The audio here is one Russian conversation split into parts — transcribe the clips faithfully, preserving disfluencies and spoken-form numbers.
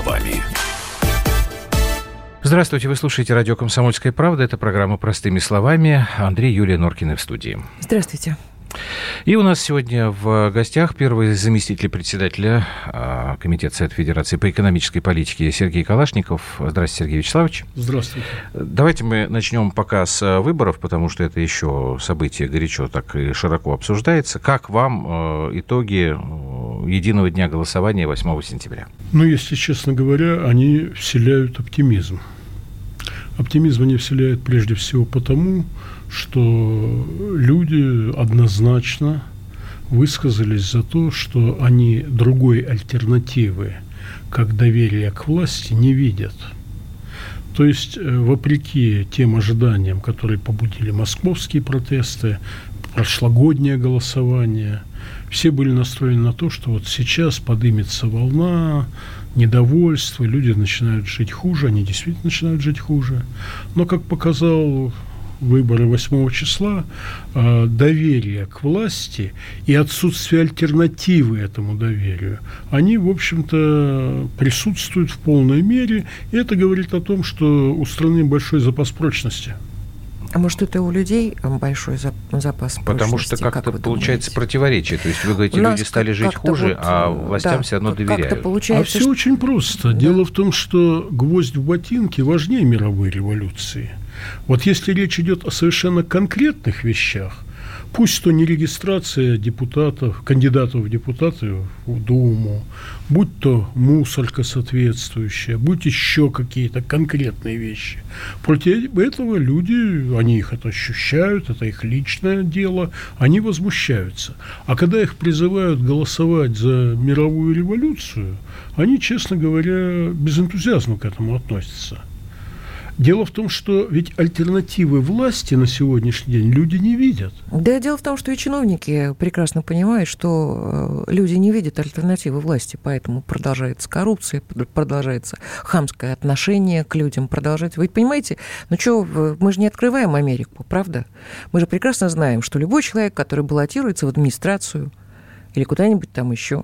словами. Здравствуйте, вы слушаете радио «Комсомольская правда». Это программа «Простыми словами». Андрей, Юлия Норкины в студии. Здравствуйте. И у нас сегодня в гостях первый заместитель председателя Комитета Совета Федерации по экономической политике Сергей Калашников. Здравствуйте, Сергей Вячеславович. Здравствуйте. Давайте мы начнем пока с выборов, потому что это еще событие горячо так и широко обсуждается. Как вам итоги единого дня голосования восьмого сентября? Ну, если честно говоря, они вселяют оптимизм. Оптимизм они вселяют прежде всего потому, что люди однозначно высказались за то, что они другой альтернативы, как доверие к власти, не видят. То есть, вопреки тем ожиданиям, которые побудили московские протесты, прошлогоднее голосование, все были настроены на то, что вот сейчас подымется волна недовольства, люди начинают жить хуже, они действительно начинают жить хуже. Но, как показал выборы восьмого числа, доверие к власти и отсутствие альтернативы этому доверию, они, в общем-то, присутствуют в полной мере, и это говорит о том, что у страны большой запас прочности. А может, это у людей большой запас прочности? Потому что как-то как получается противоречие. То есть вы говорите, люди стали жить хуже, вот, а властям да, все равно доверяют. Получается, а все что... очень просто. Да. Дело в том, что гвоздь в ботинке важнее мировой революции. Вот если речь идет о совершенно конкретных вещах, пусть то не регистрация депутатов, кандидатов в депутаты в Думу, будь то мусорка соответствующая, будь еще какие-то конкретные вещи. Против этого люди, они их это ощущают, это их личное дело, они возмущаются. А когда их призывают голосовать за мировую революцию, они, честно говоря, без энтузиазма к этому относятся. Дело в том, что ведь альтернативы власти на сегодняшний день люди не видят. Да, дело в том, что и чиновники прекрасно понимают, что люди не видят альтернативы власти, поэтому продолжается коррупция, продолжается хамское отношение к людям, продолжается... Вы понимаете, ну что, мы же не открываем Америку, правда? Мы же прекрасно знаем, что любой человек, который баллотируется в администрацию или куда-нибудь там еще,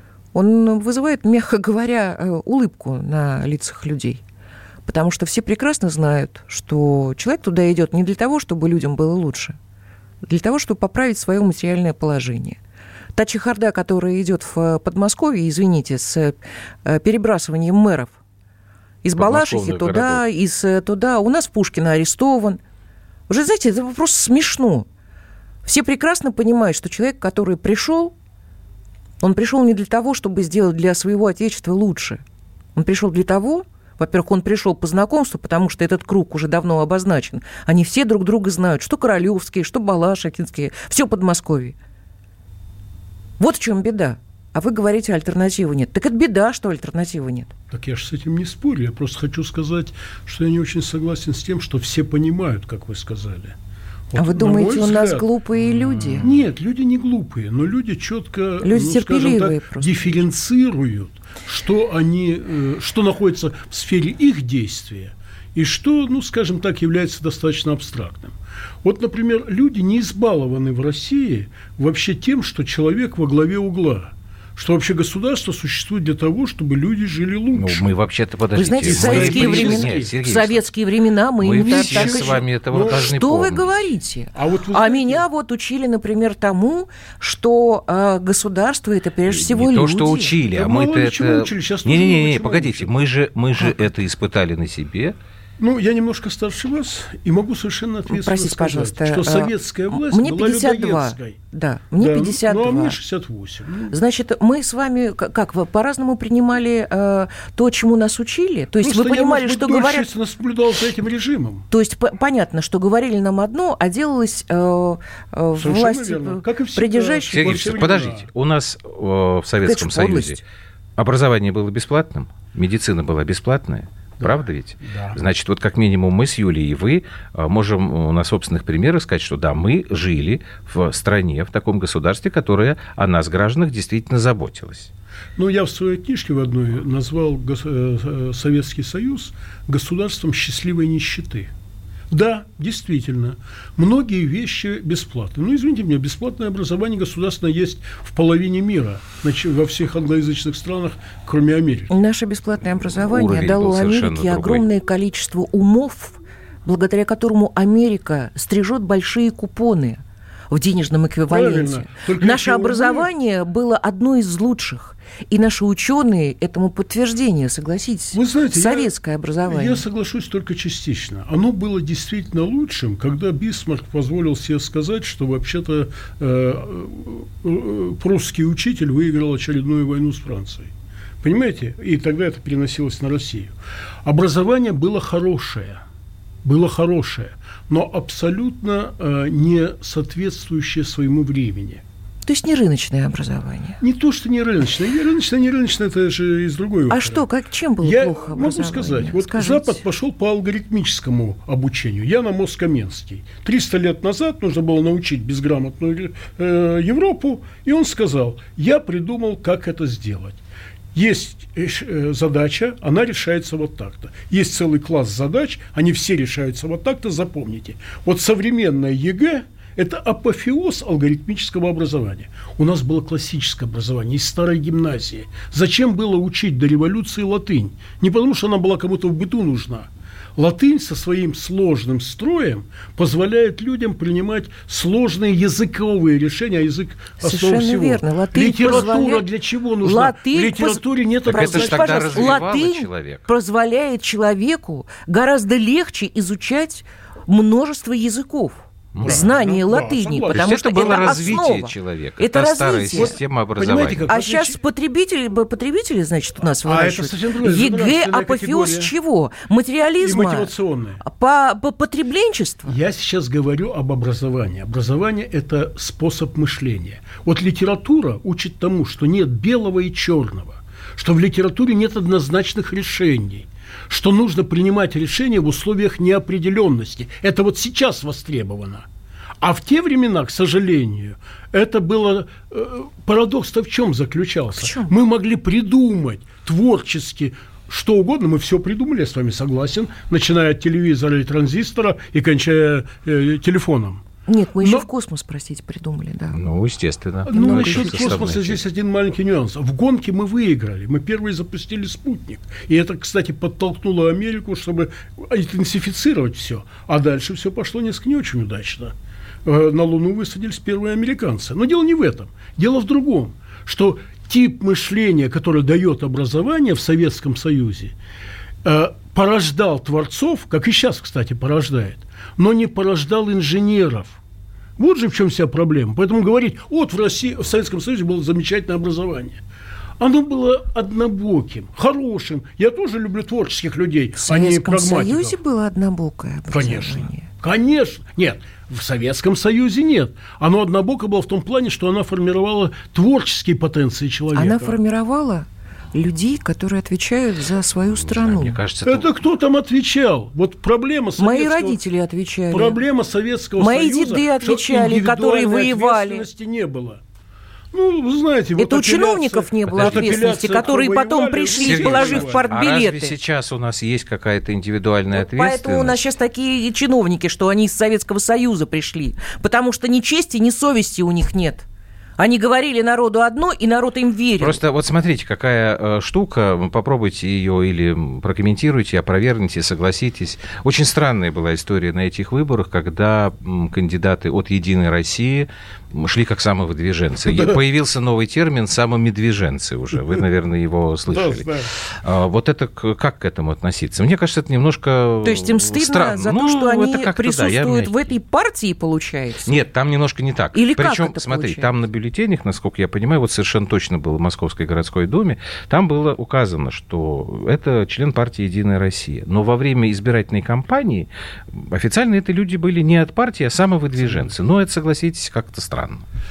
он вызывает, мягко говоря, улыбку на лицах людей. Потому что все прекрасно знают, что человек туда идет не для того, чтобы людям было лучше, а для того, чтобы поправить свое материальное положение. Та чехарда, которая идет в Подмосковье, извините, с перебрасыванием мэров из Балашихи туда, из туда, у нас Пушкина арестован. Вы же знаете, это просто смешно. Все прекрасно понимают, что человек, который пришел, он пришел не для того, чтобы сделать для своего отечества лучше. Он пришел для того, во-первых, он пришел по знакомству, потому что этот круг уже давно обозначен. Они все друг друга знают, что королевские, что балашихинские, все Подмосковье. Вот в чем беда. А вы говорите, альтернативы нет. Так это беда, что альтернативы нет. Так я же с этим не спорю. Я просто хочу сказать, что я не очень согласен с тем, что все понимают, как вы сказали. Вот, а вы думаете, у нас глупые люди? Нет, люди не глупые, но люди четко, люди ну, терпеливые, скажем так, просто дифференцируют, что они, что находится в сфере их действия и что, ну, скажем так, является достаточно абстрактным. Вот, например, люди не избалованы в России вообще тем, что человек во главе угла. Что вообще государство существует для того, чтобы люди жили лучше. Ну, мы вообще-то, подождите. Вы знаете, в советские, времена, нет, в советские времена мы... Мы так, все так, с вами этого ну, должны что помнить. Вы говорите? А, вот вы а знаете... меня вот учили, например, тому, что э, государство – это прежде всего не люди. Не то, что учили, да а мы-то это... Не-не-не, погодите, учим. мы же, мы же а. это испытали на себе. Ну, я немножко старше вас и могу совершенно ответственно Простите, сказать, пожалуйста, что советская власть мне была пятьдесят два. людоедской. Да, мне да, пятьдесят два. Ну, а мне шестьдесят восемь. Значит, мы с вами как по-разному принимали э, то, чему нас учили? То есть Просто вы понимали, я, может что быть, говорят... я наблюдал за этим режимом. То есть п- понятно, что говорили нам одно, а делалось э, э, власти придержащие... Сергей Вячеславович, подождите. У нас э, в Советском Союзе образование было бесплатным, медицина была бесплатная. Правда ведь? Да. Значит, вот как минимум мы с Юлей и вы можем на собственных примерах сказать, что да, мы жили в стране, в таком государстве, которое о нас, гражданах, действительно заботилось. Ну, я в своей книжке в одной назвал Советский Союз государством счастливой нищеты. Да, действительно. Многие вещи бесплатны. Ну, извините меня, бесплатное образование государственное есть в половине мира, во всех англоязычных странах, кроме Америки. Наше бесплатное образование Уровень дало Америке огромное количество умов, благодаря которому Америка стрижет большие купоны в денежном эквиваленте. Наше образование вы... было одно из лучших. И наши ученые этому подтверждение, согласитесь. Вы знаете, советское я, образование. Я соглашусь только частично. Оно было действительно лучшим, когда Бисмарк позволил себе сказать, что вообще-то э, э, прусский учитель выиграл очередную войну с Францией. Понимаете? И тогда это переносилось на Россию. Образование было хорошее. Было хорошее, но абсолютно э, не соответствующее своему времени. То есть не рыночное образование? Не то, что не рыночное. Не рыночное, не рыночное, это же из другой оперы. А что, как, чем было Я плохо образование? Я могу сказать, вот Скажите. Запад пошел по алгоритмическому обучению. Я на Москаменский. триста лет назад нужно было научить безграмотную э, Европу, и он сказал, я придумал, как это сделать. Есть задача, она решается вот так-то. Есть целый класс задач, они все решаются вот так-то, запомните. Вот современное ЕГЭ – это апофеоз алгоритмического образования. У нас было классическое образование из старой гимназии. Зачем было учить до революции латынь? Не потому, что она была кому-то в быту нужна. Латынь со своим сложным строем позволяет людям принимать сложные языковые решения, а язык основа всего. Верно. Латынь Литература позволяет... для чего нужна? Латынь в литературе нет образования. Пожалуйста, латынь человека. Позволяет человеку гораздо легче изучать множество языков. Да, знание да, латыни, да, потому что это было это развитие основа. человека, это та старая развитие. система образования. Как, а значит... сейчас потребители, потребители, значит, у нас выращивают. А ЕГЭ апофеоз чего? Материализма? И мотивационное. По, по потребленчеству? Я сейчас говорю об образовании. Образование – это способ мышления. Вот литература учит тому, что нет белого и черного, что в литературе нет однозначных решений, что нужно принимать решения в условиях неопределенности. Это вот сейчас востребовано. А в те времена, к сожалению, это было... Э, парадокс-то в чем заключался? В чем? Мы могли придумать творчески что угодно, мы все придумали, я с вами согласен, начиная от телевизора и транзистора и кончая э, телефоном. Нет, мы Но... еще в космос, простите, придумали, да. Ну, естественно. Ну, насчет космоса здесь один маленький нюанс. В гонке мы выиграли. Мы первые запустили спутник. И это, кстати, подтолкнуло Америку, чтобы интенсифицировать все. А дальше все пошло несколько не очень удачно. На Луну высадились первые американцы. Но дело не в этом. Дело в другом. Что тип мышления, который дает образование в Советском Союзе, порождал творцов, как и сейчас, кстати, порождает, но не порождал инженеров. Вот же в чем вся проблема. Поэтому говорить, вот в России, в Советском Союзе было замечательное образование. Оно было однобоким, хорошим. Я тоже люблю творческих людей, а не прагматиков. В Советском Союзе было однобокое образование? Конечно. Конечно. Нет, в Советском Союзе нет. Оно однобоко было в том плане, что она формировала творческие потенции человека. Она формировала людей, которые отвечают за свою страну. Мне кажется, это... это кто там отвечал? Вот проблема Советского... Мои родители отвечали. Проблема Советского Мои Союза, деды отвечали, которые воевали. Ответственности не было. Ну, вы знаете, вот это у чиновников не было ответственности, которые потом пришли, Сергей положив партбилеты. А разве сейчас у нас есть какая-то индивидуальная ответственность? Поэтому у нас сейчас такие чиновники, что они из Советского Союза пришли. Потому что ни чести, ни совести у них нет. Они говорили народу одно, и народ им верил. Просто вот смотрите, какая э, штука, попробуйте ее или прокомментируйте, опровергните, согласитесь. Очень странная была история на этих выборах, когда м, кандидаты от «Единой России» шли как самовыдвиженцы. Да. Появился новый термин «самомедвиженцы» уже. Вы, наверное, его слышали. Да, а, вот это как к этому относиться? Мне кажется, это немножко... То есть им стыдно странно. за ну, то, что они присутствуют да, в этой партии, получается? Нет, там немножко не так. Или Причем, как это смотри, получается? там на бюллетенях, насколько я понимаю, вот совершенно точно было в Московской городской думе, там было указано, что это член партии «Единая Россия». Но во время избирательной кампании официально это люди были не от партии, а самовыдвиженцы. Но это, согласитесь, как-то странно.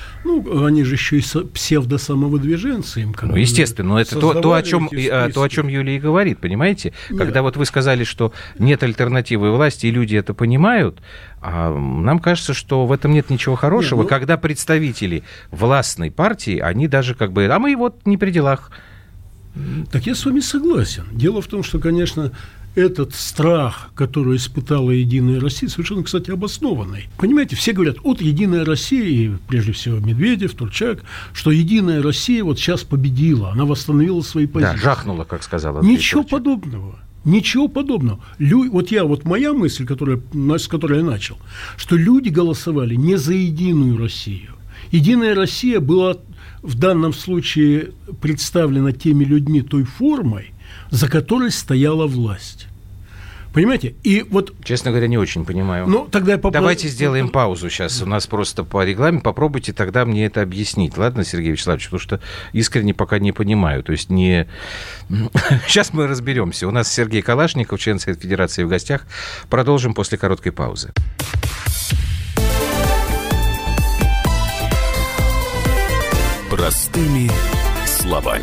Ну, они же еще и псевдосамовыдвиженцы. Им ну, естественно, но это то, то, о чем, то, о чем Юлия и говорит, понимаете? Нет. Когда вот вы сказали, что нет альтернативы власти, и люди это понимают, а нам кажется, что в этом нет ничего хорошего, нет, ну... когда представители властной партии, они даже как бы, а мы вот не при делах. Так я с вами согласен. Дело в том, что, конечно, этот страх, который испытала «Единая Россия», совершенно, кстати, обоснованный. Понимаете, все говорят от «Единая Россия», и прежде всего Медведев, Турчак, что «Единая Россия» вот сейчас победила, она восстановила свои позиции. Да, жахнула, как сказал Андрей Ничего Турчак. подобного. Ничего подобного. Лю... Вот я, вот моя мысль, которая, с которой я начал, что люди голосовали не за «Единую Россию». «Единая Россия» была в данном случае представлена теми людьми той формой, за которой стояла власть. Понимаете? И вот... Честно говоря, не очень понимаю. Ну, тогда я попро... Давайте сделаем паузу сейчас. У нас просто по регламенту. Попробуйте тогда мне это объяснить. Ладно, Сергей Вячеславович? Потому что искренне пока не понимаю. То есть не... Сейчас мы разберемся. У нас Сергей Калашников, член Совета Федерации, в гостях. Продолжим после короткой паузы. Простыми словами.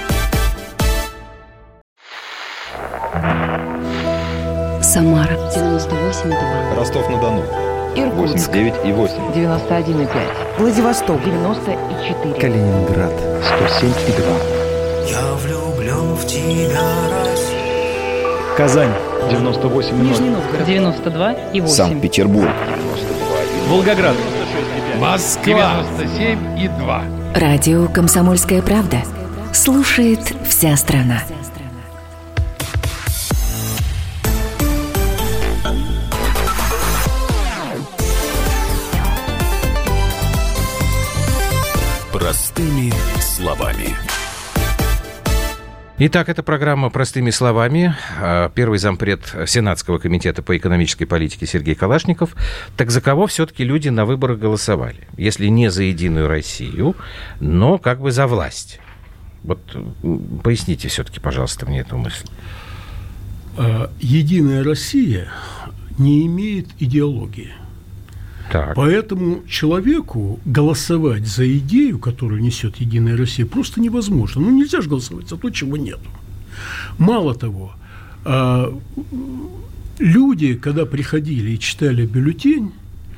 Самара девяносто восемь и два. Ростов-на-Дону Иркутск восемьдесят девять и восемь. девяносто один и пять. Владивосток девяносто и четыре. Калининград сто семь и два. Я влюблен в тебя, Россия. Казань девяносто восемь и ноль. Нижний Новгород девяносто два и восемь. Санкт-Петербург Волгоград Москва девяносто семь и два. Радио «Комсомольская правда». Слушает вся страна. Простыми словами. Итак, это программа «Простыми словами». Первый зампред Сенатского комитета по экономической политике Сергей Калашников. Так за кого все-таки люди на выборах голосовали? Если не за «Единую Россию», но как бы за власть. Вот поясните все-таки, пожалуйста, мне эту мысль. «Единая Россия» не имеет идеологии. Так. Поэтому человеку голосовать за идею, которую несет «Единая Россия», просто невозможно. Ну, нельзя же голосовать за то, чего нету. Мало того, люди, когда приходили и читали бюллетень,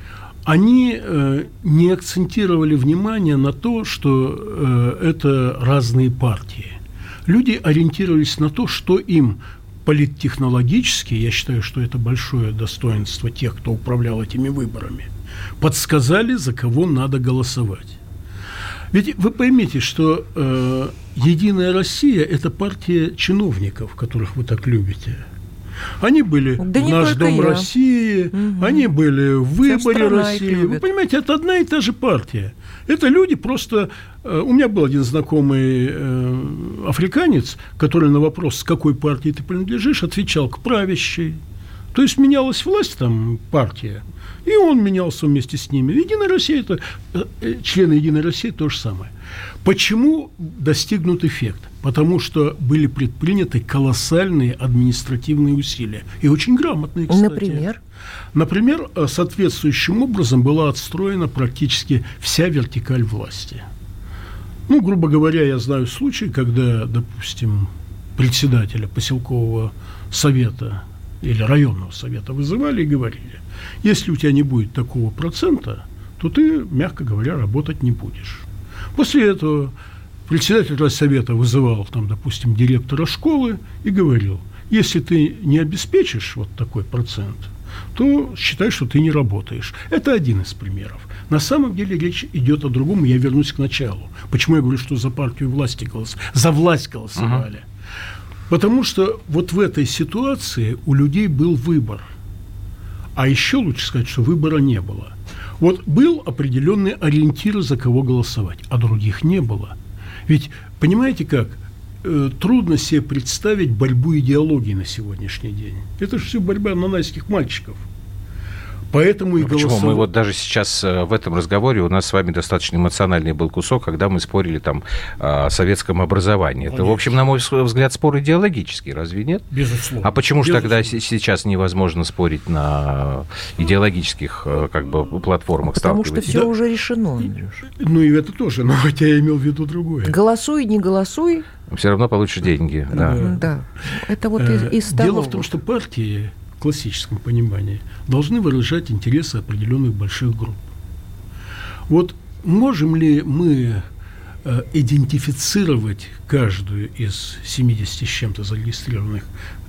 они не акцентировали внимание на то, что это разные партии. Люди ориентировались на то, что им политтехнологически, я считаю, что это большое достоинство тех, кто управлял этими выборами, подсказали, за кого надо голосовать. Ведь вы поймите, что э, «Единая Россия» – это партия чиновников, которых вы так любите. Они были да в «Наш дом я. России», угу. Они были в «Выборе России». Вы понимаете, это одна и та же партия. Это люди просто... У меня был один знакомый э, африканец, который на вопрос, с какой партии ты принадлежишь, отвечал: к правящей. То есть менялась власть, там, партия, и он менялся вместе с ними. «Единая Россия» – это э, члены «Единой России» то же самое. Почему достигнут эффект? Потому что были предприняты колоссальные административные усилия. И очень грамотные, кстати. Например? Например, соответствующим образом была отстроена практически вся вертикаль власти. Ну, грубо говоря, я знаю случай, когда, допустим, председателя поселкового совета или районного совета вызывали и говорили: если у тебя не будет такого процента, то ты, мягко говоря, работать не будешь. После этого председатель райсовета вызывал, там, допустим, директора школы и говорил: если ты не обеспечишь вот такой процент, то считай, что ты не работаешь. Это один из примеров. На самом деле речь идет о другом, и я вернусь к началу. Почему я говорю, что за партию власти голосовали? За власть голосовали. Uh-huh. Потому что вот в этой ситуации у людей был выбор. А еще лучше сказать, что выбора не было. Вот был определенный ориентир, за кого голосовать, а других не было. Ведь, понимаете как, э, трудно себе представить борьбу идеологии на сегодняшний день. Это же все борьба нанайских мальчиков. Поэтому и Почему? голосовали. Мы вот даже сейчас в этом разговоре, у нас с вами достаточно эмоциональный был кусок, когда мы спорили там о советском образовании. Конечно. Это, в общем, на мой взгляд, спор идеологический, разве нет? Безусловно. А почему же тогда Безусловно. сейчас невозможно спорить на идеологических как бы платформах? Потому что все да. уже решено, Андрюш. Ну и это тоже, но хотя я имел в виду другое. Голосуй, не голосуй. Все равно получишь деньги. Да. Да. да. Это вот из, из того. Дело в том, что партии в классическом понимании должны выражать интересы определенных больших групп. Вот можем ли мы идентифицировать каждую из семидесяти с чем-то зарегистрированных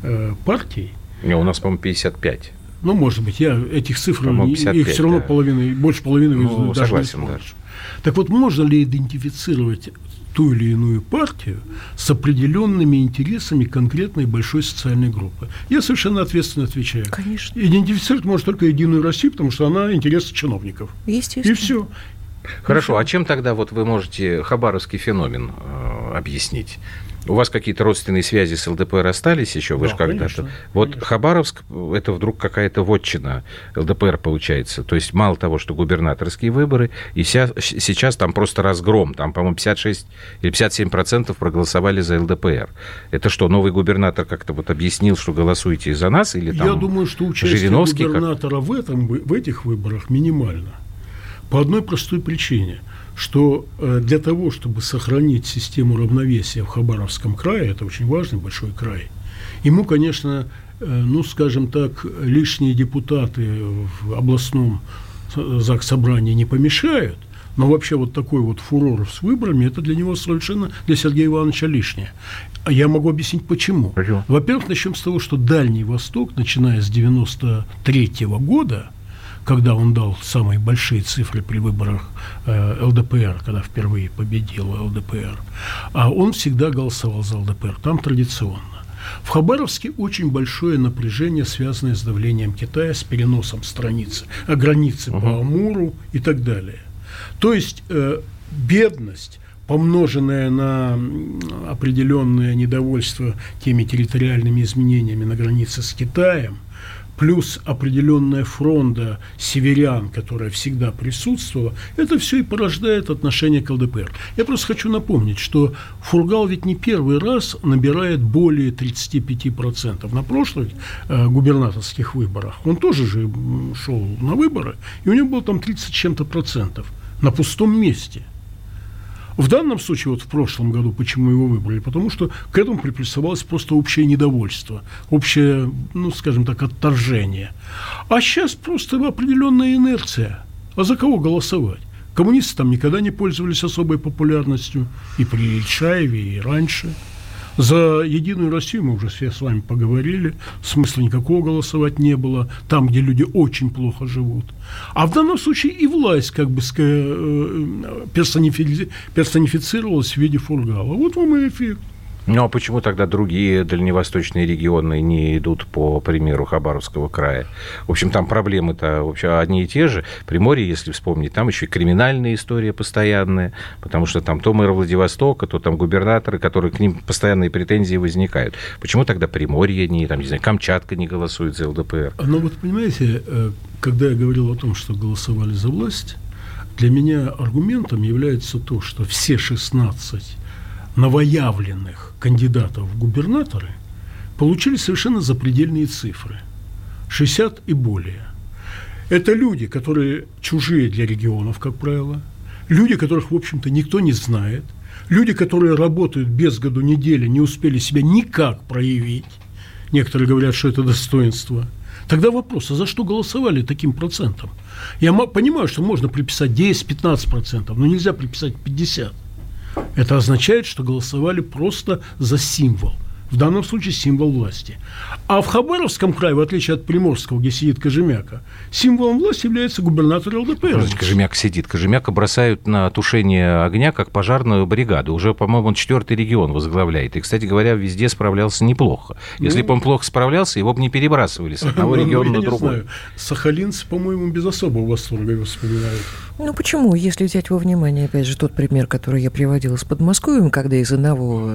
партий. Не, у нас, по-моему, пятьдесят пять. Ну, может быть, я этих цифр, их все равно да. половины, больше половины ну, даже согласен, не да. Так вот, можно ли идентифицировать ту или иную партию с определенными интересами конкретной большой социальной группы? Я совершенно ответственно отвечаю. Конечно. Идентифицировать может только Единую Россию, потому что она интересы чиновников. Естественно. И все. Хорошо, а чем тогда вот вы можете хабаровский феномен э, объяснить? У вас какие-то родственные связи с ЛДПР остались еще? Вы да, же когда-то... Конечно, вот конечно. Хабаровск – это вдруг какая-то вотчина ЛДПР получается. То есть мало того, что губернаторские выборы, и вся, сейчас там просто разгром. Там, по-моему, пятьдесят шесть или пятьдесят семь процентов проголосовали за ЛДПР. Это что, новый губернатор как-то вот объяснил, что голосуйте за нас? Или там Я думаю, что участие губернатора как... в, этом, в этих выборах минимально. По одной простой причине, что для того, чтобы сохранить систему равновесия в Хабаровском крае, это очень важный большой край, ему, конечно, ну, скажем так, лишние депутаты в областном заксобрании не помешают, но вообще вот такой вот фурор с выборами, это для него совершенно, для Сергея Ивановича лишнее. А я могу объяснить, почему. Почему? Во-первых, начнем с того, что Дальний Восток, начиная с девяносто третьего года, когда он дал самые большие цифры при выборах э, ЛДПР, когда впервые победил ЛДПР, а он всегда голосовал за ЛДПР, там традиционно. В Хабаровске очень большое напряжение, связанное с давлением Китая, с переносом страницы, а границы uh-huh. по Амуру и так далее. То есть э, бедность, помноженная на определенное недовольство теми территориальными изменениями на границе с Китаем, плюс определенная фронта северян, которая всегда присутствовала, это все и порождает отношение к ЛДПР. Я просто хочу напомнить, что Фургал ведь не первый раз набирает более тридцать пять процентов. На прошлых э, губернаторских выборах он тоже же шел на выборы, и у него было там тридцать с чем-то процентов на пустом месте. В данном случае, вот в прошлом году, почему его выбрали? Потому что к этому приплюсовалось просто общее недовольство, общее, ну, скажем так, отторжение. А сейчас просто определенная инерция. А за кого голосовать? Коммунисты там никогда не пользовались особой популярностью, и при Ильчаеве, и раньше. За Единую Россию мы уже все с вами поговорили, смысла никакого голосовать не было, там, где люди очень плохо живут. А в данном случае и власть как бы персонифи... персонифицировалась в виде Фургала. Вот вам и эффект. Ну, а почему тогда другие дальневосточные регионы не идут по примеру Хабаровского края? В общем, там проблемы-то вообще одни и те же. Приморье, если вспомнить, там еще и криминальная история постоянная, потому что там то мэр Владивостока, то там губернаторы, которые к ним постоянные претензии возникают. Почему тогда Приморье, не, там, не знаю, Камчатка не голосует за ЛДПР? Ну, вот понимаете, когда я говорил о том, что голосовали за власть, для меня аргументом является то, что все шестнадцать новоявленных кандидатов в губернаторы получили совершенно запредельные цифры. шестьдесят и более. Это люди, которые чужие для регионов, как правило. Люди, которых, в общем-то, никто не знает. Люди, которые работают без году недели, не успели себя никак проявить. Некоторые говорят, что это достоинство. Тогда вопрос, а за что голосовали таким процентом? Я понимаю, что можно приписать десять-пятнадцать процентов, но нельзя приписать пятьдесят процентов. Это означает, что голосовали просто за символ. В данном случае символ власти. А в Хабаровском крае, в отличие от Приморского, где сидит Кожемяка, символом власти является губернатор ЛДПР. Кожемяка сидит. Кожемяка бросают на тушение огня, как пожарную бригаду. Уже, по-моему, он четвертый регион возглавляет. И, кстати говоря, везде справлялся неплохо. Если ну, бы он плохо справлялся, его бы не перебрасывали с одного ну, региона на другой. Знаю. Сахалинцы, по-моему, без особого восторга его вспоминают. Ну, почему? Если взять во внимание, опять же, тот пример, который я приводила с Подмосковьем, когда из одного,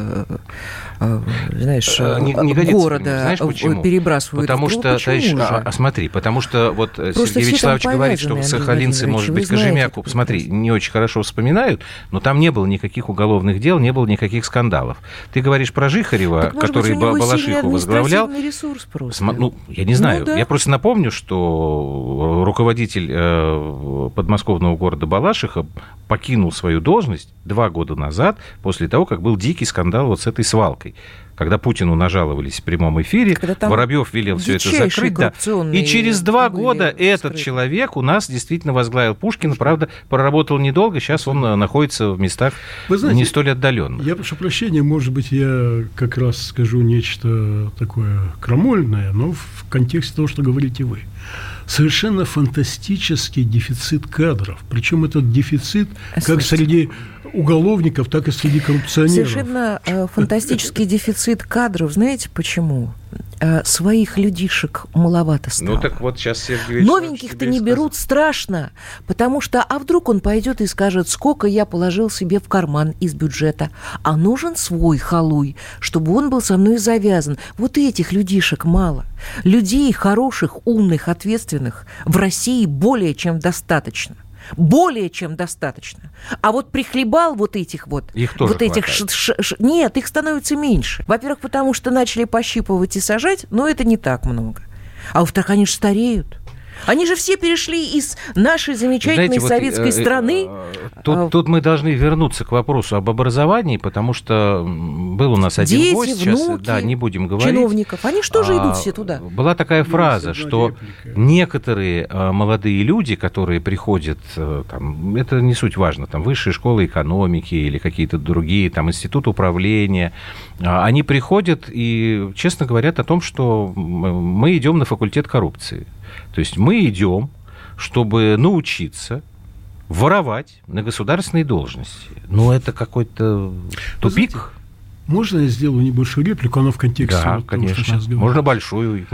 знаешь, не, не города знаешь, почему? Перебрасывают потому в что, другой, товарищ, а, а, смотри, потому что вот просто Сергей Вячеславович говорит, что сахалинцы, может быть, Кожемяку, смотри, не очень хорошо вспоминают, но там не было никаких уголовных дел, не было никаких скандалов. Ты говоришь про Жихарева, так, который быть, Балашиху возглавлял. Ресурс просто. См, ну, я не знаю. Ну, да. Я просто напомню, что руководитель э, подмосковного родного города Балашиха покинул свою должность два года назад, после того, как был дикий скандал вот с этой свалкой. Когда Путину нажаловались в прямом эфире, Воробьев велел все это закрыть. Да. И через два года этот скрыты. человек у нас действительно возглавил Пушкина. Правда, проработал недолго, сейчас он находится в местах знаете, не столь отдаленных. Я прошу прощения, может быть, я как раз скажу нечто такое крамольное, но в контексте того, что говорите вы. Совершенно фантастический дефицит кадров. Причем этот дефицит Слушайте. как среди уголовников, так и среди коррупционеров. Совершенно э, фантастический дефицит кадров. Знаете почему? Э, своих людишек маловато стало. Ну так вот сейчас Сергей Новеньких-то не берут, страшно. Потому что, а вдруг он пойдет и скажет, сколько я положил себе в карман из бюджета. А нужен свой халуй, чтобы он был со мной завязан. Вот этих людишек мало. Людей хороших, умных, ответственных в России более чем достаточно. Более чем достаточно. А вот прихлебал вот этих вот... Их тоже вот этих ш, ш, ш, Нет, их становится меньше. Во-первых, потому что начали пощипывать и сажать, но это не так много. А во-вторых, они же стареют. Они же все перешли из нашей замечательной Знаете, советской вот, страны. Тут, а, тут мы должны вернуться к вопросу об образовании, потому что был у нас один дети, гость, сейчас внуки, да, не будем говорить. Чиновников, они что же идут а, все туда? Была такая фраза, что реплика. некоторые а, молодые люди, которые приходят, там, это не суть важно, там, высшие школы экономики или какие-то другие, там, институты управления, а, они приходят и честно говорят о том, что мы идем на факультет коррупции. То есть мы идем, чтобы научиться воровать на государственной должности. Ну, это какой-то тупик. Знаете, можно я сделаю небольшую реплику? Она в контексте да, вот конечно. того, что сейчас говорю. Можно большую.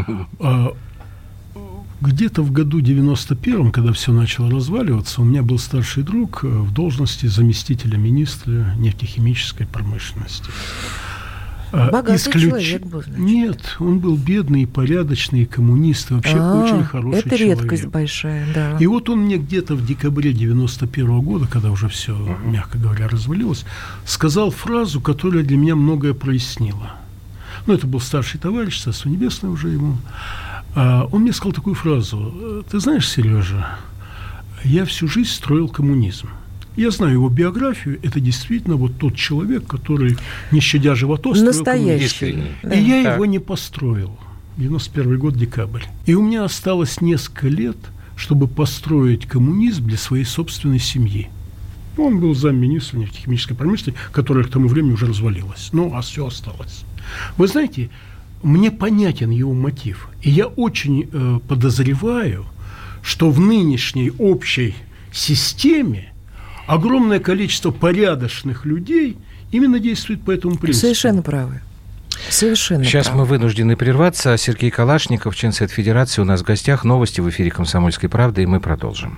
Где-то в году девяносто первом, когда все начало разваливаться, у меня был старший друг в должности заместителя министра нефтехимической промышленности. Богатый Исключ... человек был, значит. Нет, он был бедный, порядочный, коммунист, вообще А, очень хороший это человек. Это редкость большая, да. И вот он мне где-то в декабре девяносто первого года, когда уже все, uh-huh. мягко говоря, развалилось, сказал фразу, которая для меня многое прояснила. Ну, это был старший товарищ, Царство Небесное уже ему. А он мне сказал такую фразу: «Ты знаешь, Сережа, я всю жизнь строил коммунизм. Я знаю его биографию, это действительно вот тот человек, который, не щадя животов, строил настоящий. Да. И я так. его не построил. девяносто первый год, декабрь. И у меня осталось несколько лет, чтобы построить коммунизм для своей собственной семьи». Он был замминистра нефтехимической промышленности, которая к тому времени уже развалилась. Ну, а все осталось. Вы знаете, мне понятен его мотив. И я очень э, подозреваю, что в нынешней общей системе огромное количество порядочных людей именно действует по этому принципу. Совершенно правы. Совершенно Сейчас правы. мы вынуждены прерваться. Сергей Калашников, член Совета Федерации, у нас в гостях. Новости в эфире «Комсомольской правды», и мы продолжим.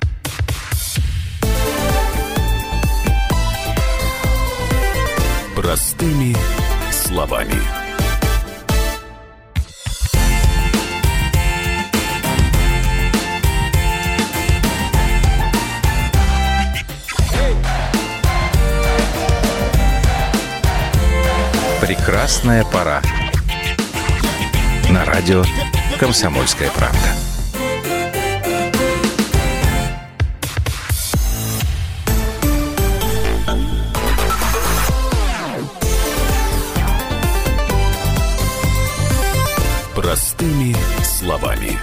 Простыми словами. Прекрасная пора. На радио «Комсомольская правда». Простыми словами.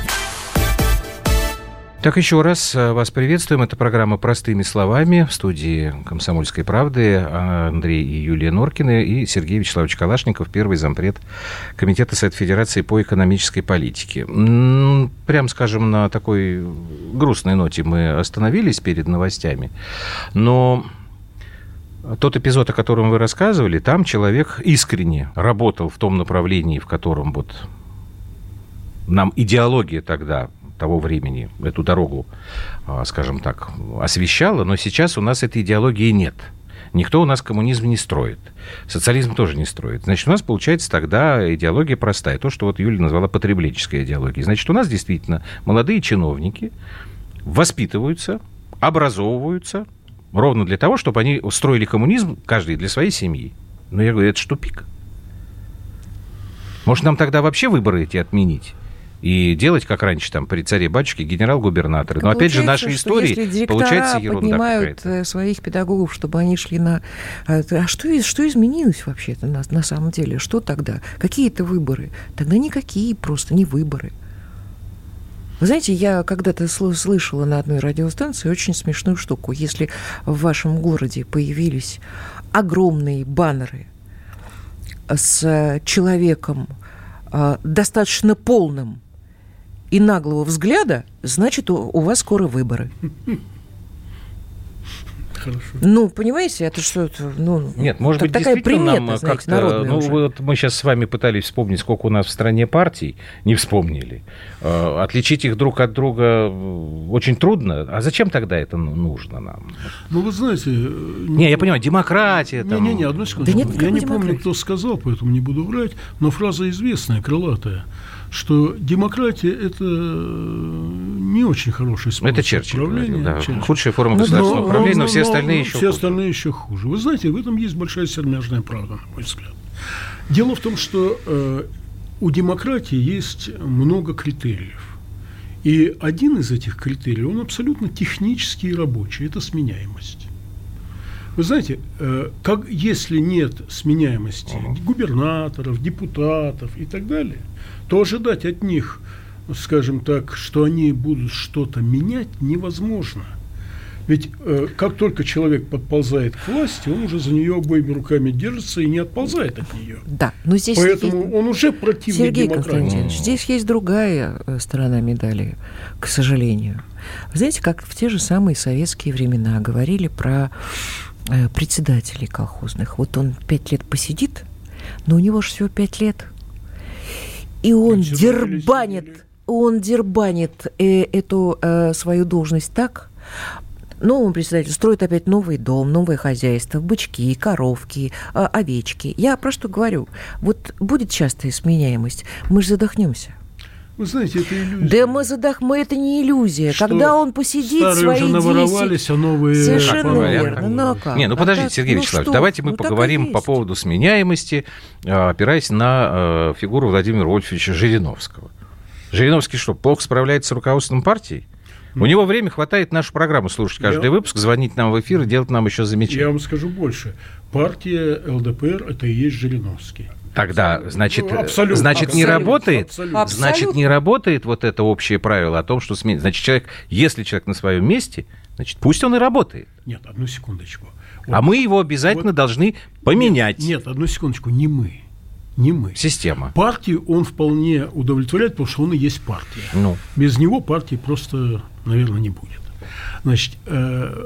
Так, еще раз вас приветствуем. Это программа «Простыми словами». В студии «Комсомольской правды» Андрей и Юлия Норкины и Сергей Вячеславович Калашников, первый зампред Комитета Совета Федерации по экономической политике. Прям, скажем, на такой грустной ноте мы остановились перед новостями. Но тот эпизод, о котором вы рассказывали, там человек искренне работал в том направлении, в котором вот нам идеология тогда того времени эту дорогу, скажем так, освещала, но сейчас у нас этой идеологии нет. Никто у нас коммунизм не строит. Социализм тоже не строит. Значит, у нас получается тогда идеология простая. То, что вот Юля назвала потребленческой идеологией. Значит, у нас действительно молодые чиновники воспитываются, образовываются ровно для того, чтобы они строили коммунизм, каждый для своей семьи. Но я говорю, это ж тупик. Может, нам тогда вообще выборы эти отменить? И делать, как раньше, там, при царе-батюшке, генерал-губернаторы. Но, опять же, наши истории, получается ерунда поднимают какая-то. Своих педагогов, чтобы они шли на... А что, что изменилось вообще-то на, на самом деле? Что тогда? Какие это выборы? Тогда никакие просто, не выборы. Вы знаете, я когда-то слышала на одной радиостанции очень смешную штуку. Если в вашем городе появились огромные баннеры с человеком достаточно полным и наглого взгляда, значит, у, у вас скоро выборы. Хорошо. Ну, понимаете, это что-то... Ну, Нет, может быть, такая действительно примета, нам знаете, как-то... народная Ну, уже. вот мы сейчас с вами пытались вспомнить, сколько у нас в стране партий, не вспомнили. Э, отличить их друг от друга очень трудно. А зачем тогда это нужно нам? Ну, вы знаете... Не, я понимаю, демократия там... Не-не-не, одну секунду. Да нет, я не демократии. помню, кто сказал, поэтому не буду врать, но фраза известная, крылатая, что демократия – это не очень хороший способ Это Черчилль говорил, да. Черчилль. Худшая форма Но- государственного но- управления, но, но- все но- остальные но еще все хуже. остальные еще хуже. Вы знаете, в этом есть большая сермяжная правда, на мой взгляд. Дело в том, что э, у демократии есть много критериев. И один из этих критериев, он абсолютно технический и рабочий – это сменяемость. Вы знаете, э, как, если нет сменяемости uh-huh. губернаторов, депутатов и так далее, то ожидать от них, скажем так, что они будут что-то менять, невозможно. Ведь э, как только человек подползает к власти, он уже за нее обоими руками держится и не отползает от нее. Да, но здесь Поэтому есть... он уже противник Сергей демократии. Константинович, здесь есть другая сторона медали, к сожалению. Вы знаете, как в те же самые советские времена говорили про э, председателей колхозных. Вот он пять лет посидит, но у него же всего пять лет. И он дербанит, он дербанит э, эту э, свою должность так. Новому председателю строят опять новый дом, новое хозяйство, бычки, коровки, э, овечки. Я про что говорю? Вот будет частая сменяемость, мы же задохнемся. Вы знаете, это иллюзия. Да мы задох... мы это не иллюзия. Что когда он посидит старые свои уже наворовались, десять... а новые... Совершенно Как верно. Ну, а как? Не, ну А подождите, так, Сергей ну Вячеславович, что? давайте мы Ну, так и поговорим по есть. поводу сменяемости, опираясь на э, фигуру Владимира Вольфовича Жириновского. Жириновский что, плохо справляется с руководством партии? У него время хватает нашу программу слушать каждый Я... выпуск, звонить нам в эфир и делать нам еще замечания. Я вам скажу больше. Партия эл дэ пэ эр – это и есть Жириновский. Тогда, значит, Абсолютно. значит не Абсолютно. работает, Абсолютно. значит, не работает вот это общее правило о том, что сменить. Значит, человек, если человек на своем месте, значит, пусть он и работает. Нет, одну секундочку. Вот. А мы его обязательно вот. должны поменять. Нет, нет, одну секундочку, не мы. Не мы. Система. Партию он вполне удовлетворяет, потому что он и есть партия. Ну. Без него партии просто, наверное, не будет. Значит, э,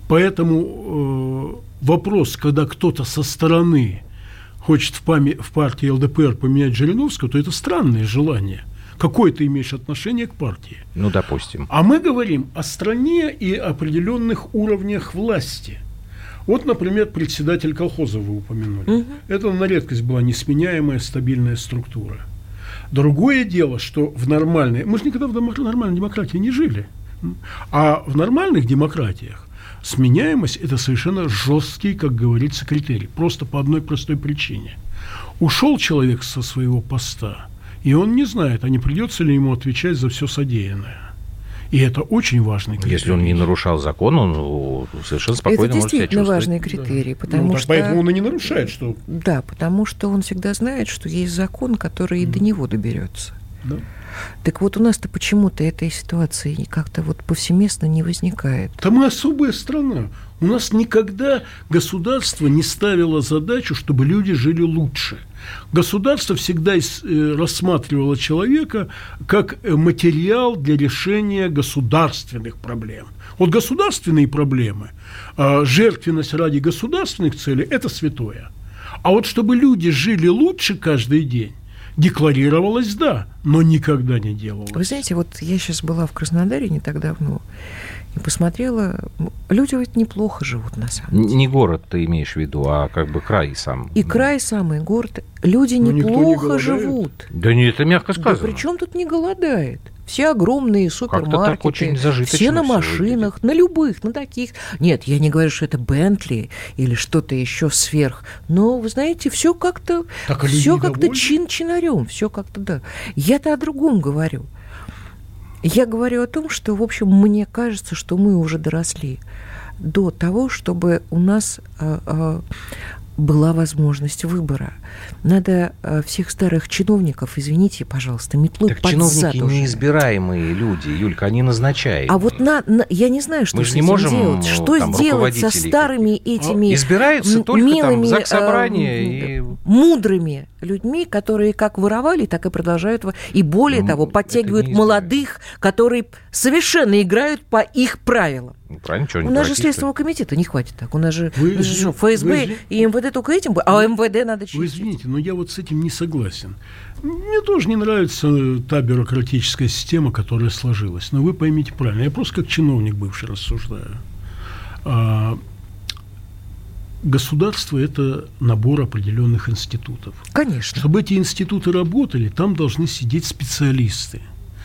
поэтому э, вопрос, когда кто-то со стороны хочет в, пами- в партии эл дэ пэ эр поменять Жириновского, то это странное желание. Какое ты имеешь отношение к партии? Ну, допустим. А мы говорим о стране и определенных уровнях власти. Вот, например, председатель колхоза вы упомянули. Угу. Это на редкость была несменяемая, стабильная структура. Другое дело, что в нормальной... Мы же никогда в нормальной демократии не жили. А в нормальных демократиях сменяемость – это совершенно жесткий, как говорится, критерий. Просто по одной простой причине. Ушел человек со своего поста, и он не знает, а не придется ли ему отвечать за все содеянное. И это очень важный критерий. Если он не нарушал закон, он совершенно спокойно это может себя чувствовать. Это действительно важный критерий, да. потому ну, что... Поэтому он и не нарушает, что... Да, потому что он всегда знает, что есть закон, который и mm. до него доберется. Да. Так вот, у нас-то почему-то этой ситуации как-то вот повсеместно не возникает. Да мы особая страна. У нас никогда государство не ставило задачу, чтобы люди жили лучше. Государство всегда рассматривало человека как материал для решения государственных проблем. Вот государственные проблемы, жертвенность ради государственных целей – это святое. А вот чтобы люди жили лучше каждый день, декларировалось, да, но никогда не делалось. Вы знаете, вот я сейчас была в Краснодаре не так давно и посмотрела, люди ведь неплохо живут на самом деле. Не город ты имеешь в виду, а как бы край сам. И край сам, и город. Люди но неплохо не живут. Да не, это мягко сказано. Да при чем тут не голодает? Все огромные супермаркеты, очень все на машинах, выглядит. На любых, на таких. Нет, я не говорю, что это Бентли или что-то еще сверх. Но, вы знаете, все как-то, все как-то чин-чинарем, все как-то, да. Я-то о другом говорю. Я говорю о том, что, в общем, мне кажется, что мы уже доросли до того, чтобы у нас а, а, была возможность выбора. Надо а, всех старых чиновников, извините, пожалуйста, метлой так под зад. Чиновники неизбираемые люди, Юлька, они назначают. А вот на, на, я не знаю, что мы с же не этим можем, делать. Что там, сделать со старыми этими избираются только милыми, там заксобрания э, и... мудрыми людьми, которые как воровали, так и продолжают, и более ну, того, подтягивают молодых, которые совершенно играют по их правилам. У нас же Следственного комитета не хватит так. У нас же, вы, у нас же ФСБ вы, и МВД только этим, а МВД надо чистить. Вы извините, но я вот с этим не согласен. Мне тоже не нравится та бюрократическая система, которая сложилась. Но вы поймите правильно, я просто как чиновник бывший рассуждаю. А, государство – это набор определенных институтов. Конечно. Чтобы эти институты работали, там должны сидеть специалисты.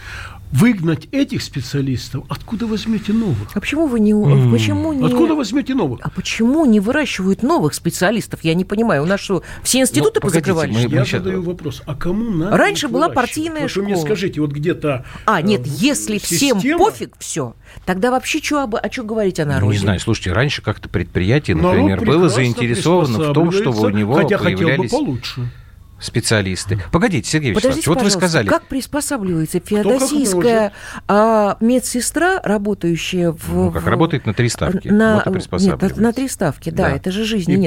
Выгнать этих специалистов, откуда возьмете новых? А почему вы не... Mm. Почему не... Откуда возьмете новых? А почему не выращивают новых специалистов? Я не понимаю. У нас что, все институты ну, позакрывались? Мы, мы Я сейчас... задаю вопрос. А кому надо Раньше была партийная вот школа. Вы мне скажите, вот где-то... А, нет, э, если система... всем пофиг, все, тогда вообще что, об... а что говорить о народе? Ну, не знаю, слушайте, раньше как-то предприятие, например, Народ было заинтересовано в том, чтобы у него хотя появлялись... хотел бы получше. Специалисты. Погодите, Сергей Вячеславович, вот вы сказали... как приспосабливается феодосийская а, медсестра, работающая в... Ну, как в, работает на три ставки. На, вот и приспосабливается. Нет, на три ставки, да, да. Это же жизнь. И нет.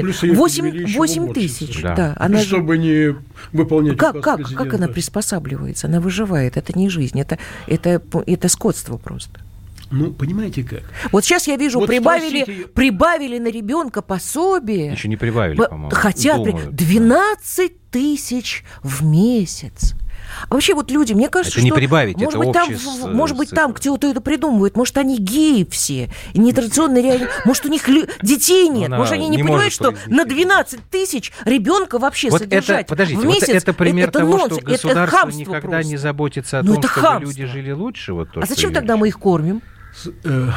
восемь тысяч. Да. Да, она чтобы же... не выполнять как, как, как она приспосабливается? Она выживает. Это не жизнь, это, это, это скотство просто. Ну, понимаете как? Вот сейчас я вижу, вот прибавили, спросите... прибавили на ребенка пособие. Еще не прибавили, по-моему. Хотят Думают, двенадцать тысяч в месяц. А вообще вот люди, мне кажется, это что... не прибавить, может это быть, там, с... может быть, там, кто-то это придумывает, может, они геи все, нетрадиционные реально, может, у них лю... детей нет, Она может, они не, не понимают, что на двенадцать тысяч ребенка вообще вот содержать это, подождите, в месяц, вот это пример это, того, это что государство никогда просто. Не заботится о Но том, чтобы хамство. Люди жили лучше. Вот то, а зачем тогда мы их кормим? С, э...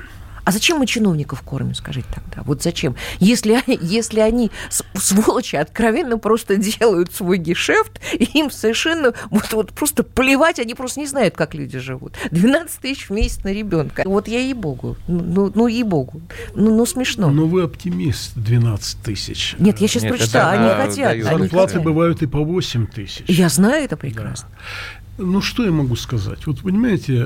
А зачем мы чиновников кормим, скажите тогда? Вот зачем? Если, если они, сволочи, откровенно просто делают свой гешефт, и им совершенно вот, вот просто плевать, они просто не знают, как люди живут. двенадцать тысяч в месяц на ребенка. Вот я ей-богу. Ну, ну ей-богу. Ну, ну, смешно. Но вы оптимист, двенадцать тысяч. Нет, я сейчас Нет, прочитала, они да, хотят. Они зарплаты хотят. Бывают и по восемь тысяч. Я знаю это прекрасно. Да. Ну, что я могу сказать? Вот, понимаете,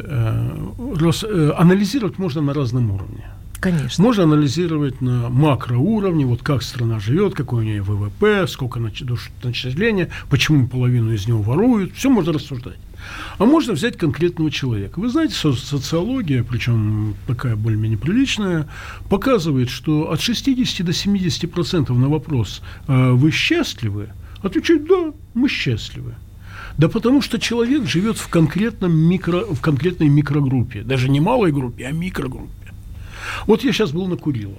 рас, анализировать можно на разном уровне. Конечно. Можно анализировать на макроуровне, вот как страна живет, какой у нее ВВП, сколько населения, почему половину из него воруют. Все можно рассуждать. А можно взять конкретного человека. Вы знаете, социология, причем такая более-менее приличная, показывает, что от шестидесяти до семидесяти процентов на вопрос «Вы счастливы?» отвечают «Да, мы счастливы». Да потому что человек живет в, конкретном микро, в конкретной микрогруппе. Даже не малой группе, а микрогруппе. Вот я сейчас был на Курилах.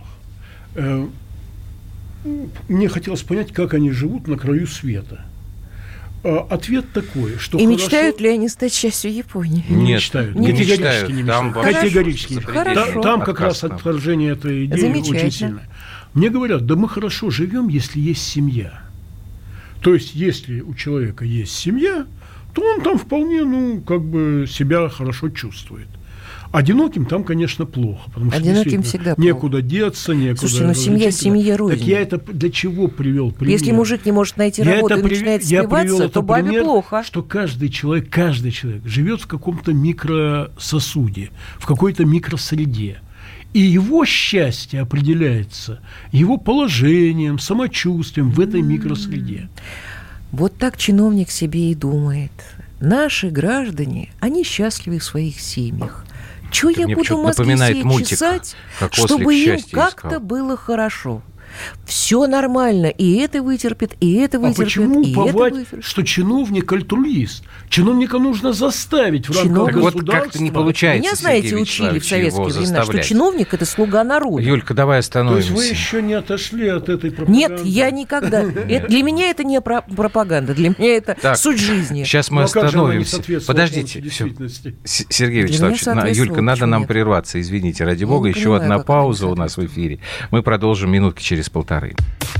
Мне хотелось понять, как они живут на краю света. Ответ такой, что И хорошо... мечтают ли они стать частью Японии? Не Нет, мечтают. Не Категорически мечтают. не Там мечтают. Категорически. Хорошо. Там как раз отторжение этой идеи очень сильное. Мне говорят, да мы хорошо живем, если есть семья. То есть, если у человека есть семья, то он там вполне, ну, как бы себя хорошо чувствует. Одиноким там, конечно, плохо, потому что Одиноким всегда некуда плохо. деться, некуда... Слушайте, ну семья семье рознь. Так я это для чего привел пример? Если мужик не может найти я работу и прив... начинает сливаться, то бабе пример, плохо. Что каждый человек, каждый человек живет в каком-то микрососуде, в какой-то микросреде. И его счастье определяется его положением, самочувствием в этой микросреде. Вот так чиновник себе и думает. Наши граждане, они счастливы в своих семьях. Чего я буду мозги себе чесать, чтобы им как-то было хорошо? Все нормально, и это вытерпит, и это вытерпит, а почему и уповать, это вытерпит? что чиновник альтруист? Чиновника нужно заставить в рамках Чиновник... государства. Вот как-то не получается, Меня, знаете, Сергей учили в советские времена, заставлять. что чиновник – это слуга народа. Юлька, давай остановимся. То есть вы еще не отошли от этой пропаганды? Нет, я никогда. Это, для меня это не про- пропаганда, для меня это так, суть жизни. Сейчас мы ну, остановимся. Подождите, все. Сергей Вячеславович, на, Юлька, надо нам нет. прерваться, извините, ради я бога, еще понимаю, одна пауза у нас в эфире. Мы продолжим минутки через полторы.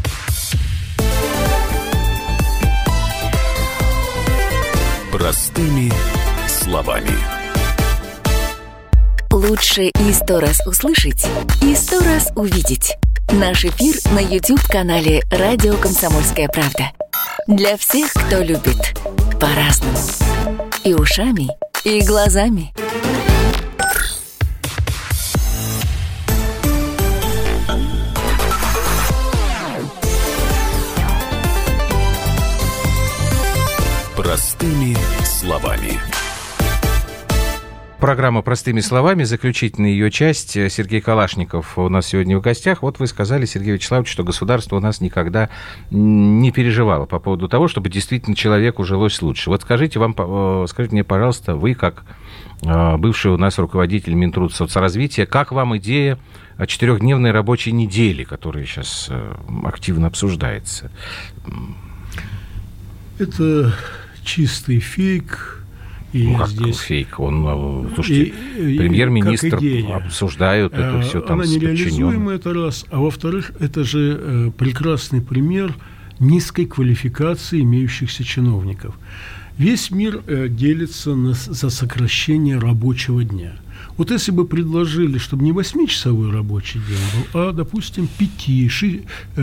Простыми словами. Лучше и сто раз услышать, и сто раз увидеть. Наш эфир на YouTube-канале «Радио Комсомольская правда». Для всех, кто любит по-разному. И ушами, и глазами. Простыми словами. Программа «Простыми словами», заключительная ее часть. Сергей Калашников у нас сегодня в гостях. Вот вы сказали, Сергей Вячеславович, что государство у нас никогда не переживало по поводу того, чтобы действительно человеку жилось лучше. Вот скажите, вам, скажите мне, пожалуйста, вы как бывший у нас руководитель Минтрудсоцразвития, как вам идея четырехдневной рабочей недели, которая сейчас активно обсуждается? Это чистый фейк. И ну, как здесь... фейк? Он, слушайте, и, премьер-министр обсуждают это все там Она с нереализуема, это раз. А во-вторых, это же э, прекрасный пример низкой квалификации имеющихся чиновников. Весь мир э, делится на, за сокращение рабочего дня. Вот если бы предложили, чтобы не восьмичасовой рабочий день был, а, допустим, пяти, ши,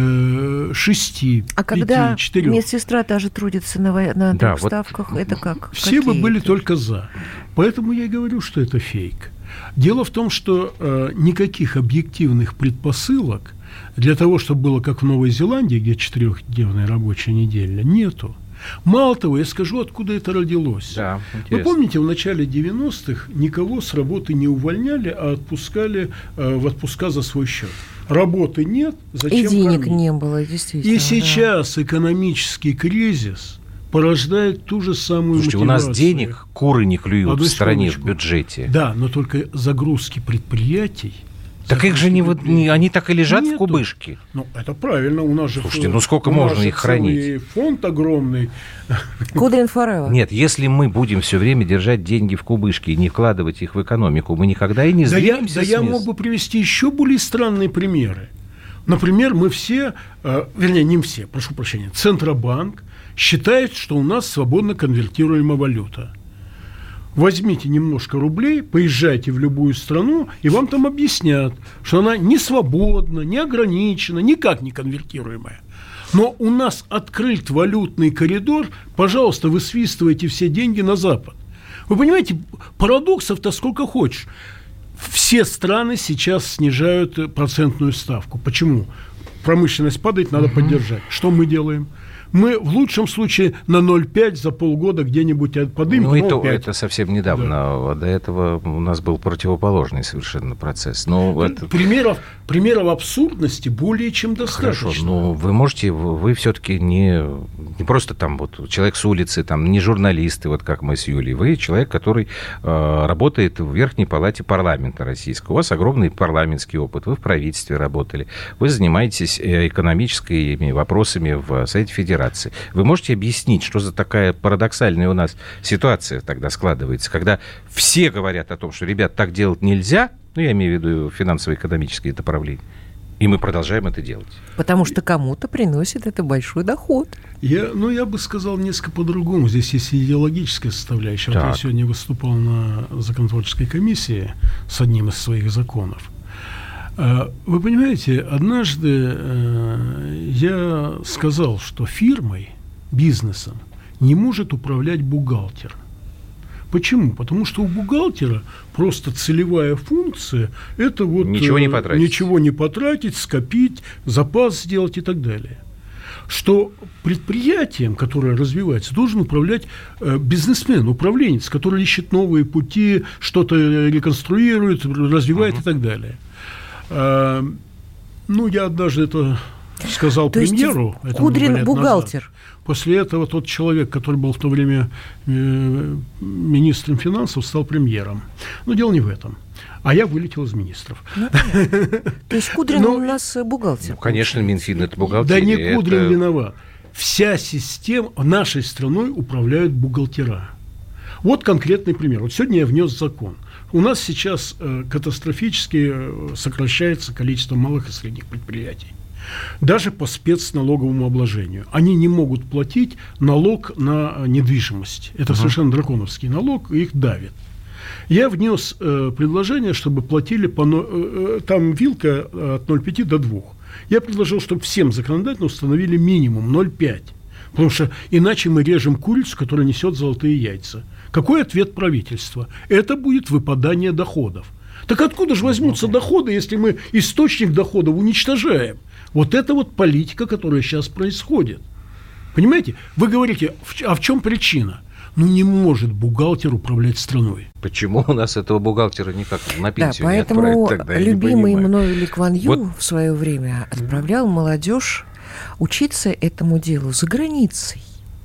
э, шести, а пяти, когда четырех. медсестра тоже трудится на, на да, трех вот ставках, это как? Все Какие бы были это? только за. Поэтому я и говорю, что это фейк. Дело в том, что э, никаких объективных предпосылок для того, чтобы было как в Новой Зеландии, где четырехдневная рабочая неделя, нету. Мало того, я скажу, откуда это родилось. Да, вы помните, в начале девяностых никого с работы не увольняли, а отпускали э, в отпуска за свой счет. Работы нет, зачем и денег кормить? Не было, действительно. И сейчас да. экономический кризис порождает ту же самую Слушайте, мотивацию. У нас денег куры не клюют Одну в стране, секундочку. в бюджете. Да, но только загрузки предприятий. Так их же не, не, они так и лежат Нету. в кубышке. Ну, это правильно, у нас же... Слушайте, ну сколько можно их хранить? Фонд огромный. Кудрин Форева. Нет, если мы будем все время держать деньги в кубышке и не вкладывать их в экономику, мы никогда и не сдвинемся Да, я, да я мог бы привести еще более странные примеры. Например, мы все, э, вернее, не все, прошу прощения, Центробанк считает, что у нас свободно конвертируемая валюта. Возьмите немножко рублей, поезжайте в любую страну, и вам там объяснят, что она не свободна, не ограничена, никак не конвертируемая. Но у нас открыт валютный коридор, пожалуйста, высвистывайте все деньги на Запад. Вы понимаете, парадоксов-то сколько хочешь. Все страны сейчас снижают процентную ставку. Почему? Промышленность падает, надо угу. поддержать. Что мы делаем? Мы в лучшем случае на ноль целых пять десятых за полгода где-нибудь подымем. Ну, это, это совсем недавно. Да. До этого у нас был противоположный совершенно процесс. Но это... примеров, примеров абсурдности более чем достаточно. Хорошо, но вы можете, вы все-таки не, не просто там вот человек с улицы, там, не журналисты, вот как мы с Юлей. Вы человек, который э, работает в Верхней палате парламента российского. У вас огромный парламентский опыт. Вы в правительстве работали. Вы занимаетесь экономическими вопросами в Совете Федерации. Вы можете объяснить, что за такая парадоксальная у нас ситуация тогда складывается, когда все говорят о том, что, ребят, так делать нельзя, ну, я имею в виду финансово-экономические направления, и мы продолжаем это делать. Потому что кому-то приносит это большой доход. Я, ну, я бы сказал несколько по-другому. Здесь есть идеологическая составляющая. Вот я сегодня выступал на законотворческой комиссии с одним из своих законов. Вы понимаете, однажды я сказал, что фирмой, бизнесом не может управлять бухгалтер. Почему? Потому что у бухгалтера просто целевая функция – это вот ничего не потратить, ничего не потратить, скопить, запас сделать и так далее. Что предприятием, которое развивается, должен управлять э, бизнесмен, управленец, который ищет новые пути, что-то реконструирует, развивает uh-huh. и так далее. Ну, я однажды это сказал То премьеру, есть Кудрин бухгалтер. Назад, после этого тот человек, который был в то время э, министром финансов, стал премьером. Но дело не в этом. А я вылетел из министров. Ну, то есть Кудрин Но, у нас бухгалтер. Ну, конечно, Минфин – это бухгалтер. Да не Кудрин это... виноват. Вся система нашей страной управляют бухгалтера. Вот конкретный пример. Вот сегодня я внес закон. У нас сейчас э, катастрофически э, сокращается количество малых и средних предприятий. Даже по спецналоговому обложению. Они не могут платить налог на недвижимость. Это uh-huh. совершенно драконовский налог, их давит. Я внес э, предложение, чтобы платили по... Э, там вилка от ноль целых пяти до двух. Я предложил, чтобы всем законодательно установили минимум ноль целых пять. Потому что иначе мы режем курицу, которая несет золотые яйца. Какой ответ правительства? Это будет выпадание доходов. Так откуда же возьмутся доходы, если мы источник доходов уничтожаем? Вот это вот политика, которая сейчас происходит. Понимаете? Вы говорите, а в чем причина? Ну, не может бухгалтер управлять страной. Почему у нас этого бухгалтера никак на пенсию да, не поэтому отправить тогда? Любимый мною Ли Куан Ю вот. в свое время отправлял молодежь учиться этому делу за границей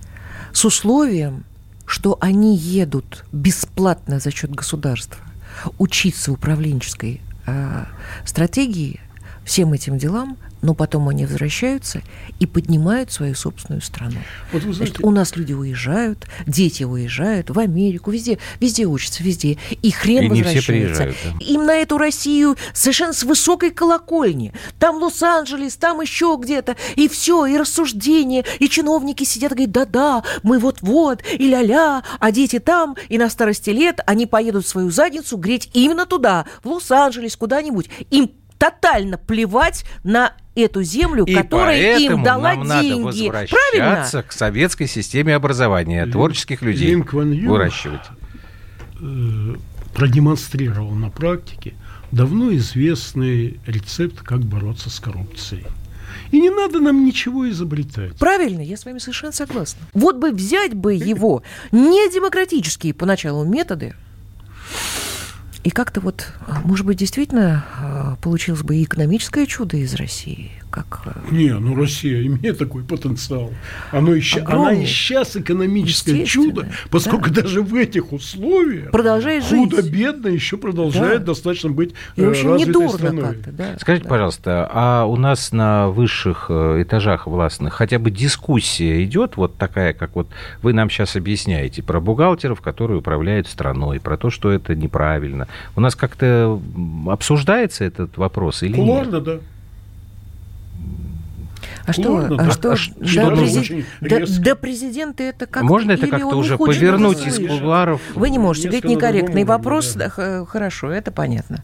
с условием, что они едут бесплатно за счет государства учиться управленческой э, стратегии, всем этим делам, но потом они возвращаются и поднимают свою собственную страну. Вот вы знаете, Значит, у нас люди уезжают, дети уезжают в Америку, везде, везде учатся, везде, и хрен и возвращаются. Да. Им на эту Россию совершенно с высокой колокольни. Там Лос-Анджелес, там еще где-то, и все, и рассуждения, и чиновники сидят и говорят, да-да, мы вот-вот, и ля-ля, а дети там, и на старости лет они поедут в свою задницу греть именно туда, в Лос-Анджелес, куда-нибудь. Им тотально плевать на эту землю, и которая им дала нам деньги. Надо возвращаться Правильно? К советской системе образования, Ли, творческих людей Ли Куан Ю выращивать. Э, продемонстрировал на практике давно известный рецепт, как бороться с коррупцией. И не надо нам ничего изобретать. Правильно, я с вами совершенно согласна. Вот бы взять бы его не демократические поначалу методы, и как-то вот, может быть, действительно получилось бы и экономическое чудо из России. Как... Не, ну Россия имеет такой потенциал. Оно и ща... Она и сейчас экономическое чудо, поскольку да. даже в этих условиях продолжает худо-бедно еще продолжает да. достаточно быть и, в общем, развитой недурно страной. Как-то, да. Скажите, да. пожалуйста, а у нас на высших этажах властных хотя бы дискуссия идет вот такая, как вот вы нам сейчас объясняете, про бухгалтеров, которые управляют страной, про то, что это неправильно. У нас как-то обсуждается этот вопрос или Кулуарно, нет? да. А что, а да. что, а до, презид... до, до президента это как-то... Можно это как-то уже повернуть из кулуаров? Вы не можете, говорить некорректный вопрос. Да. Да, хорошо, это понятно.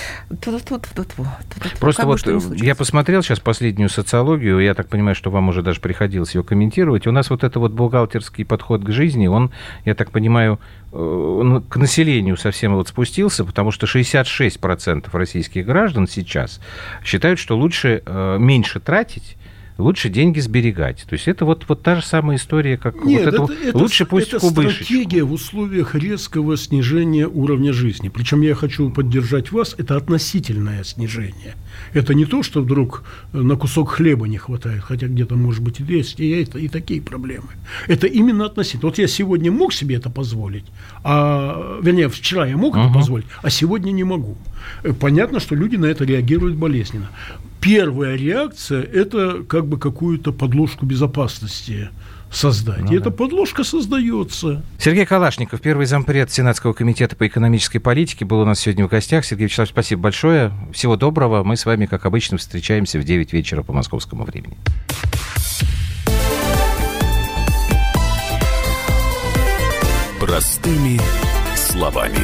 Просто вот я посмотрел сейчас последнюю социологию, я так понимаю, что вам уже даже приходилось ее комментировать. У нас вот это вот бухгалтерский подход к жизни, он, я так понимаю, к населению совсем вот спустился, потому что шестьдесят шесть процентов российских граждан сейчас считают, что лучше меньше тратить, лучше деньги сберегать. То есть это вот, вот та же самая история, как Нет, вот это, это, лучше это, пусть это кубышечку. Стратегия в условиях резкого снижения уровня жизни. Причем я хочу поддержать вас, это относительное снижение. Это не то, что вдруг на кусок хлеба не хватает, хотя где-то, может быть, и есть, и, это, и такие проблемы. Это именно относительно. Вот я сегодня мог себе это позволить, а, вернее, вчера я мог uh-huh. это позволить, а сегодня не могу. Понятно, что люди на это реагируют болезненно. Первая реакция – это как бы какую-то подложку безопасности создать. Ну, и да. эта подложка создается. Сергей Калашников, первый зампред Сенатского комитета по экономической политике, был у нас сегодня в гостях. Сергей Вячеславович, спасибо большое. Всего доброго. Мы с вами, как обычно, встречаемся в девять вечера по московскому времени. Простыми словами.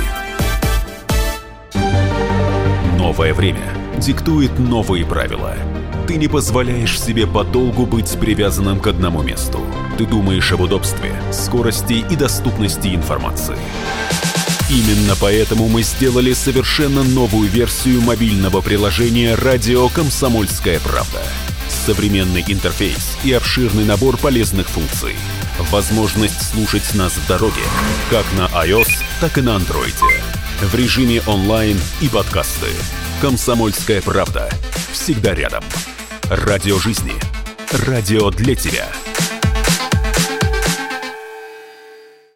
Новое время диктует новые правила. Ты не позволяешь себе подолгу быть привязанным к одному месту. Ты думаешь об удобстве, скорости и доступности информации. Именно поэтому мы сделали совершенно новую версию мобильного приложения «Радио Комсомольская правда». Современный интерфейс и обширный набор полезных функций. Возможность слушать нас в дороге, как на iOS, так и на Android. В режиме онлайн и подкасты. «Комсомольская правда». Всегда рядом. Радио жизни. Радио для тебя.